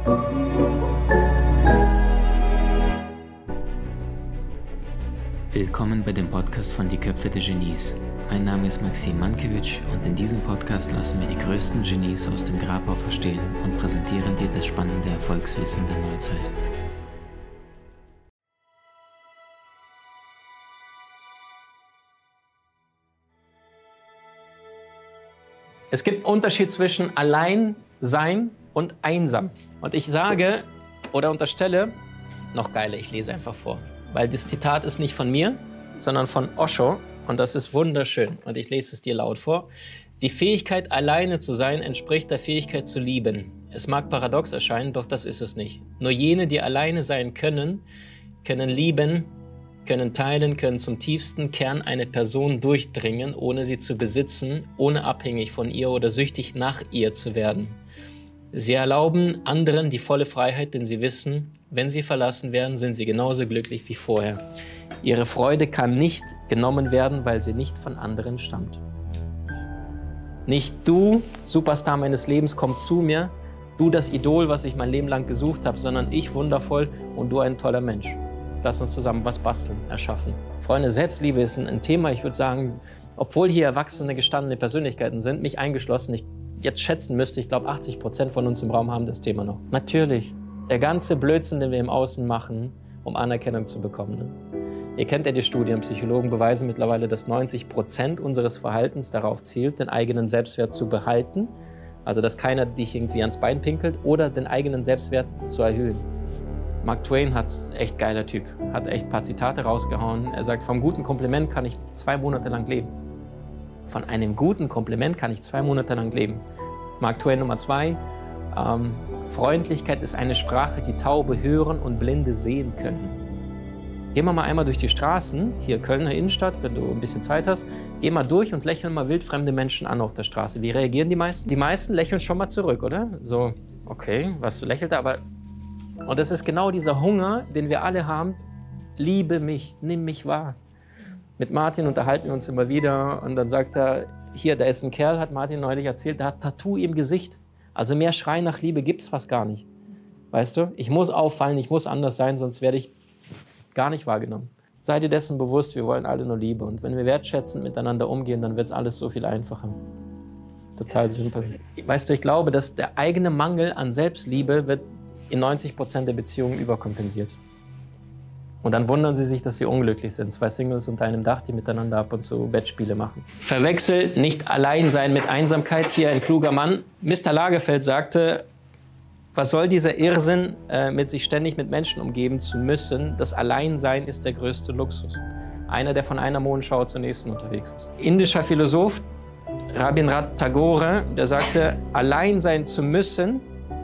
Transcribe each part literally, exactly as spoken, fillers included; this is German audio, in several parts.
Willkommen bei dem Podcast von Die Köpfe der Genies. Mein Name ist Maxim Mankewitsch und in diesem Podcast lassen wir die größten Genies aus dem Grabau verstehen und präsentieren dir das spannende Erfolgswissen der Neuzeit. Es gibt einen Unterschied zwischen allein sein und einsam. Und ich sage oder unterstelle, noch geiler, ich lese einfach vor. Weil das Zitat ist nicht von mir, sondern von Osho. Und das ist wunderschön. Und ich lese es dir laut vor. Die Fähigkeit, alleine zu sein, entspricht der Fähigkeit zu lieben. Es mag paradox erscheinen, doch das ist es nicht. Nur jene, die alleine sein können, können lieben, können teilen, können zum tiefsten Kern eine Person durchdringen, ohne sie zu besitzen, ohne abhängig von ihr oder süchtig nach ihr zu werden. Sie erlauben anderen die volle Freiheit, denn sie wissen, wenn sie verlassen werden, sind sie genauso glücklich wie vorher. Ihre Freude kann nicht genommen werden, weil sie nicht von anderen stammt. Nicht du, Superstar meines Lebens, komm zu mir, du das Idol, was ich mein Leben lang gesucht habe, sondern ich wundervoll und du ein toller Mensch. Lass uns zusammen was basteln, erschaffen. Freunde, Selbstliebe ist ein Thema, ich würde sagen, obwohl hier erwachsene, gestandene Persönlichkeiten sind, mich eingeschlossen, ich jetzt schätzen müsste, ich glaube, achtzig Prozent von uns im Raum haben das Thema noch. Natürlich, der ganze Blödsinn, den wir im Außen machen, um Anerkennung zu bekommen. Ne? Ihr kennt ja die Studien, Psychologen beweisen mittlerweile, dass neunzig Prozent unseres Verhaltens darauf zielt, den eigenen Selbstwert zu behalten, also dass keiner dich irgendwie ans Bein pinkelt, oder den eigenen Selbstwert zu erhöhen. Mark Twain hat's echt geiler Typ, hat echt ein paar Zitate rausgehauen. Er sagt, vom guten Kompliment kann ich zwei Monate lang leben. Von einem guten Kompliment kann ich zwei Monate lang leben. Mark Twain Nummer zwei, ähm, Freundlichkeit ist eine Sprache, die Taube hören und Blinde sehen können. Geh mal einmal durch die Straßen, hier Kölner Innenstadt, wenn du ein bisschen Zeit hast, geh mal durch und lächeln mal wildfremde Menschen an auf der Straße. Wie reagieren die meisten? Die meisten lächeln schon mal zurück, oder? So, okay, was lächelt da, aber... Und das ist genau dieser Hunger, den wir alle haben. Liebe mich, nimm mich wahr. Mit Martin unterhalten wir uns immer wieder und dann sagt er, hier, da ist ein Kerl, hat Martin neulich erzählt, der hat Tattoo im Gesicht. Also mehr Schrei nach Liebe gibt's fast gar nicht. Weißt du, ich muss auffallen, ich muss anders sein, sonst werde ich gar nicht wahrgenommen. Sei dir dessen bewusst, wir wollen alle nur Liebe. Und wenn wir wertschätzend miteinander umgehen, dann wird es alles so viel einfacher. Total simpel. Weißt du, ich glaube, dass der eigene Mangel an Selbstliebe wird in neunzig Prozent der Beziehungen überkompensiert. Und dann wundern sie sich, dass sie unglücklich sind. Zwei Singles unter einem Dach, die miteinander ab und zu Bettspiele machen. Verwechsel nicht Alleinsein mit Einsamkeit. Hier ein kluger Mann. Mister Lagerfeld sagte, was soll dieser Irrsinn, äh, mit sich ständig mit Menschen umgeben zu müssen? Das Alleinsein ist der größte Luxus. Einer, der von einer Mondschau zur nächsten unterwegs ist. Indischer Philosoph Rabindranath Tagore, der sagte, allein sein zu müssen,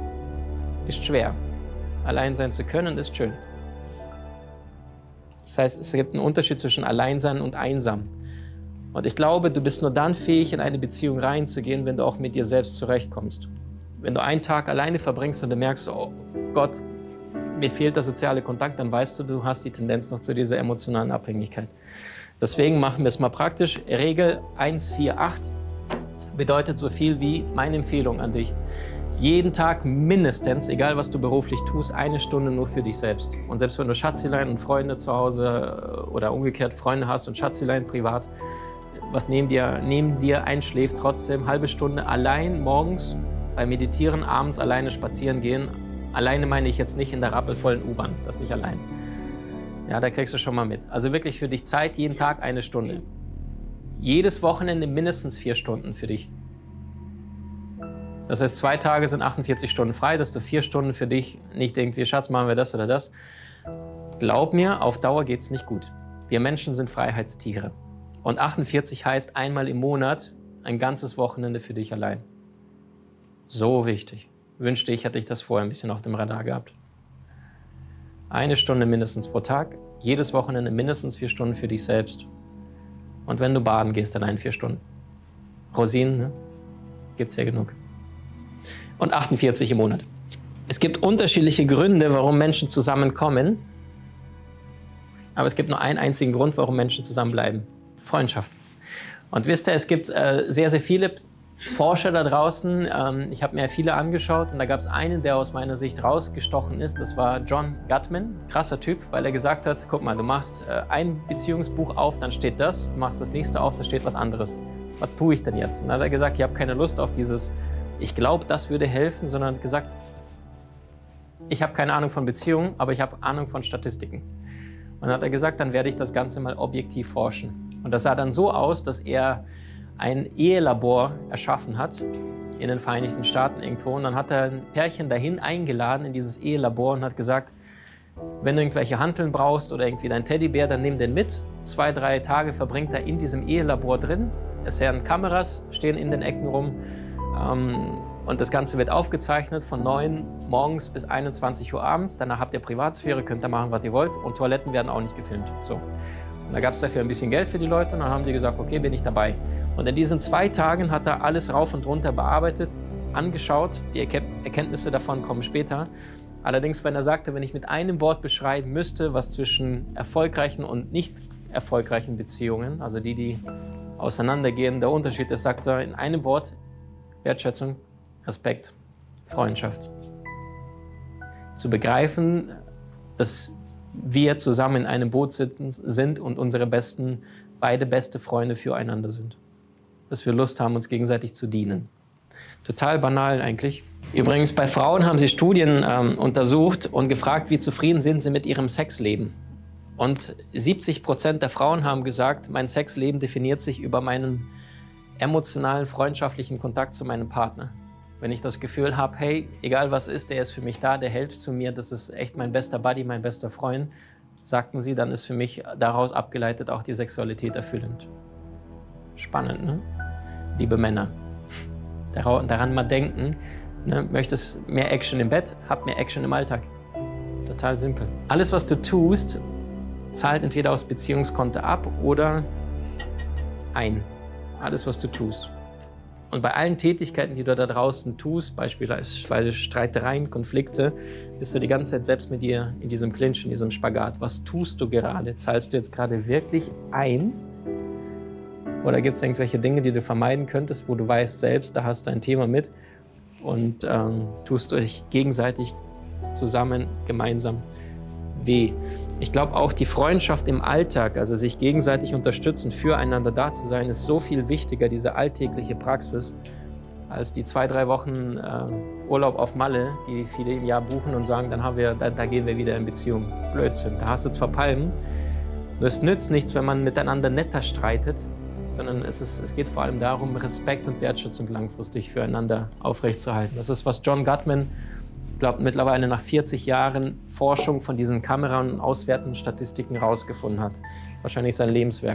ist schwer. Allein sein zu können, ist schön. Das heißt, es gibt einen Unterschied zwischen Alleinsein und einsam. Und ich glaube, du bist nur dann fähig, in eine Beziehung reinzugehen, wenn du auch mit dir selbst zurechtkommst. Wenn du einen Tag alleine verbringst und du merkst, oh Gott, mir fehlt der soziale Kontakt, dann weißt du, du hast die Tendenz noch zu dieser emotionalen Abhängigkeit. Deswegen machen wir es mal praktisch. Regel eins vier acht bedeutet so viel wie meine Empfehlung an dich. Jeden Tag mindestens, egal was du beruflich tust, eine Stunde nur für dich selbst. Und selbst wenn du Schatzilein und Freunde zu Hause oder umgekehrt Freunde hast und Schatzilein privat, was neben dir, neben dir einschläft, trotzdem halbe Stunde allein morgens beim Meditieren, abends alleine spazieren gehen. Alleine meine ich jetzt nicht in der rappelvollen U-Bahn, das nicht allein. Ja, da kriegst du schon mal mit. Also wirklich für dich Zeit, jeden Tag eine Stunde. Jedes Wochenende mindestens vier Stunden für dich. Das heißt, zwei Tage sind achtundvierzig Stunden frei, dass du vier Stunden für dich nicht irgendwie, Schatz, machen wir das oder das. Glaub mir, auf Dauer geht's nicht gut. Wir Menschen sind Freiheitstiere. Und achtundvierzig heißt einmal im Monat ein ganzes Wochenende für dich allein. So wichtig. Wünschte ich, hätte ich das vorher ein bisschen auf dem Radar gehabt. Eine Stunde mindestens pro Tag, jedes Wochenende mindestens vier Stunden für dich selbst. Und wenn du baden gehst, allein vier Stunden. Rosinen, ne? Gibt's ja genug. Und achtundvierzig im Monat. Es gibt unterschiedliche Gründe, warum Menschen zusammenkommen. Aber es gibt nur einen einzigen Grund, warum Menschen zusammenbleiben. Freundschaft. Und wisst ihr, es gibt äh, sehr, sehr viele Forscher da draußen, ähm, ich habe mir viele angeschaut und da gab es einen, der aus meiner Sicht rausgestochen ist, das war John Gottman, krasser Typ, weil er gesagt hat, guck mal, du machst äh, ein Beziehungsbuch auf, dann steht das, du machst das nächste auf, da steht was anderes. Was tue ich denn jetzt? Und dann hat er gesagt, ich habe keine Lust auf dieses, ich glaube, das würde helfen, sondern hat gesagt, ich habe keine Ahnung von Beziehungen, aber ich habe Ahnung von Statistiken. Und dann hat er gesagt, dann werde ich das Ganze mal objektiv forschen. Und das sah dann so aus, dass er ein Ehelabor erschaffen hat in den Vereinigten Staaten irgendwo. Und dann hat er ein Pärchen dahin eingeladen in dieses Ehelabor und hat gesagt, wenn du irgendwelche Hanteln brauchst oder irgendwie deinen Teddybär, dann nimm den mit. Zwei, drei Tage verbringt er in diesem Ehelabor drin. Es werden Kameras, stehen in den Ecken rum. Ähm, und das Ganze wird aufgezeichnet von neun morgens bis einundzwanzig Uhr abends. Danach habt ihr Privatsphäre, könnt ihr machen, was ihr wollt. Und Toiletten werden auch nicht gefilmt. So. Und da gab es dafür ein bisschen Geld für die Leute und dann haben die gesagt, okay, bin ich dabei. Und in diesen zwei Tagen hat er alles rauf und runter bearbeitet, angeschaut. Die Erkenntnisse davon kommen später. Allerdings, wenn er sagte, wenn ich mit einem Wort beschreiben müsste, was zwischen erfolgreichen und nicht erfolgreichen Beziehungen, also die, die auseinandergehen, der Unterschied ist, sagt er in einem Wort, Wertschätzung, Respekt, Freundschaft. Zu begreifen, dass wir zusammen in einem Boot sind und unsere besten, beide beste Freunde füreinander sind. Dass wir Lust haben, uns gegenseitig zu dienen. Total banal eigentlich. Übrigens, bei Frauen haben sie Studien ähm, untersucht und gefragt, wie zufrieden sind sie mit ihrem Sexleben. Und siebzig Prozent der Frauen haben gesagt, mein Sexleben definiert sich über meinen emotionalen, freundschaftlichen Kontakt zu meinem Partner. Wenn ich das Gefühl habe, hey, egal was ist, der ist für mich da, der hält zu mir, das ist echt mein bester Buddy, mein bester Freund, sagten sie, dann ist für mich daraus abgeleitet auch die Sexualität erfüllend. Spannend, ne? Liebe Männer, daran mal denken, ne? Möchtest mehr Action im Bett, hab mehr Action im Alltag. Total simpel. Alles, was du tust, zahlt entweder aufs Beziehungskonto ab oder ein. Alles, was du tust. Und bei allen Tätigkeiten, die du da draußen tust, beispielsweise Streitereien, Konflikte, bist du die ganze Zeit selbst mit dir in diesem Clinch, in diesem Spagat. Was tust du gerade? Zahlst du jetzt gerade wirklich ein? Oder gibt es irgendwelche Dinge, die du vermeiden könntest, wo du weißt selbst, da hast du ein Thema mit und ähm, tust euch gegenseitig zusammen, gemeinsam weh. Ich glaube auch die Freundschaft im Alltag, also sich gegenseitig unterstützen, füreinander da zu sein, ist so viel wichtiger, diese alltägliche Praxis, als die zwei, drei Wochen äh, Urlaub auf Malle, die viele im Jahr buchen und sagen, dann haben wir, da, da gehen wir wieder in Beziehung. Blödsinn, da hast du zwar Palmen, nur es nützt nichts, wenn man miteinander netter streitet, sondern es, ist, es geht vor allem darum, Respekt und Wertschätzung langfristig füreinander aufrechtzuerhalten. Das ist, was John Gottman, ich glaube, mittlerweile nach vierzig Jahren Forschung von diesen Kamera- und auswertenden Statistiken rausgefunden hat. Wahrscheinlich sein Lebenswerk.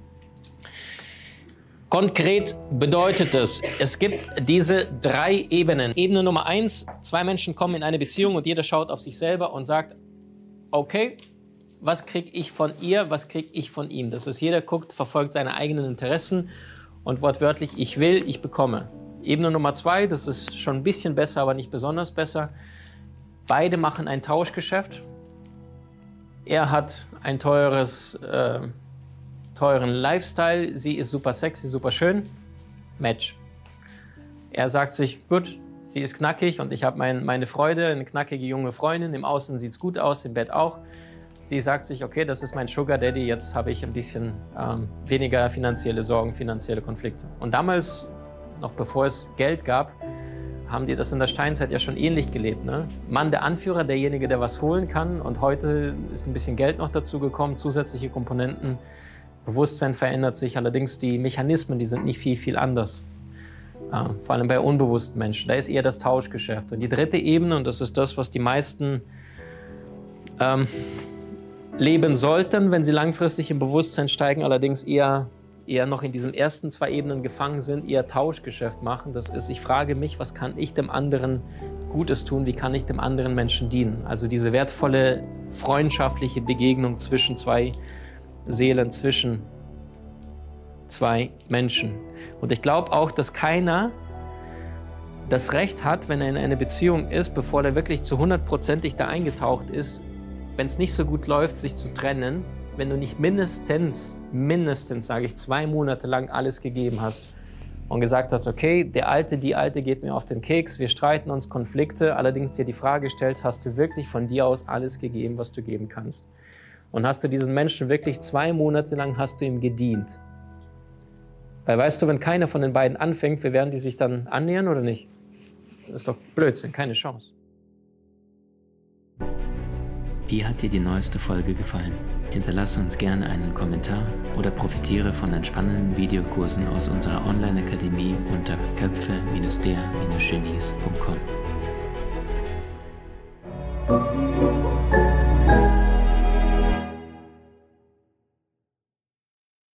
Konkret bedeutet es, es gibt diese drei Ebenen. Ebene Nummer eins, zwei Menschen kommen in eine Beziehung und jeder schaut auf sich selber und sagt, okay, was kriege ich von ihr, was kriege ich von ihm? Das ist, jeder guckt, verfolgt seine eigenen Interessen und wortwörtlich, ich will, ich bekomme. Ebene Nummer zwei, das ist schon ein bisschen besser, aber nicht besonders besser. Beide machen ein Tauschgeschäft. Er hat ein teures, äh, teuren Lifestyle, sie ist super sexy, super schön. Match. Er sagt sich, gut, sie ist knackig und ich habe mein, meine Freude, eine knackige junge Freundin. Im Außen sieht es gut aus, im Bett auch. Sie sagt sich, okay, das ist mein Sugar Daddy, jetzt habe ich ein bisschen ähm, weniger finanzielle Sorgen, finanzielle Konflikte. Und damals, noch bevor es Geld gab, haben die das in der Steinzeit ja schon ähnlich gelebt. Ne? Mann, der Anführer, derjenige, der was holen kann. Und heute ist ein bisschen Geld noch dazu gekommen, zusätzliche Komponenten. Bewusstsein verändert sich, allerdings die Mechanismen, die sind nicht viel, viel anders. Äh, vor allem bei unbewussten Menschen. Da ist eher das Tauschgeschäft. Und die dritte Ebene, und das ist das, was die meisten ähm, leben sollten, wenn sie langfristig im Bewusstsein steigen, allerdings eher, eher noch in diesen ersten zwei Ebenen gefangen sind, eher Tauschgeschäft machen. Das ist, ich frage mich, was kann ich dem anderen Gutes tun, wie kann ich dem anderen Menschen dienen? Also diese wertvolle, freundschaftliche Begegnung zwischen zwei Seelen, zwischen zwei Menschen. Und ich glaube auch, dass keiner das Recht hat, wenn er in einer Beziehung ist, bevor er wirklich zu hundertprozentig da eingetaucht ist, wenn es nicht so gut läuft, sich zu trennen, wenn du nicht mindestens, mindestens, sage ich, zwei Monate lang alles gegeben hast und gesagt hast, okay, der Alte, die Alte geht mir auf den Keks, wir streiten uns, Konflikte, allerdings dir die Frage stellt, hast du wirklich von dir aus alles gegeben, was du geben kannst? Und hast du diesen Menschen wirklich zwei Monate lang, hast du ihm gedient? Weil weißt du, wenn keiner von den beiden anfängt, wie werden die sich dann annähern oder nicht? Das ist doch Blödsinn, keine Chance. Wie hat dir die neueste Folge gefallen? Hinterlasse uns gerne einen Kommentar oder profitiere von den spannenden Videokursen aus unserer Online-Akademie unter köpfe Bindestrich der Bindestrich genies Punkt com.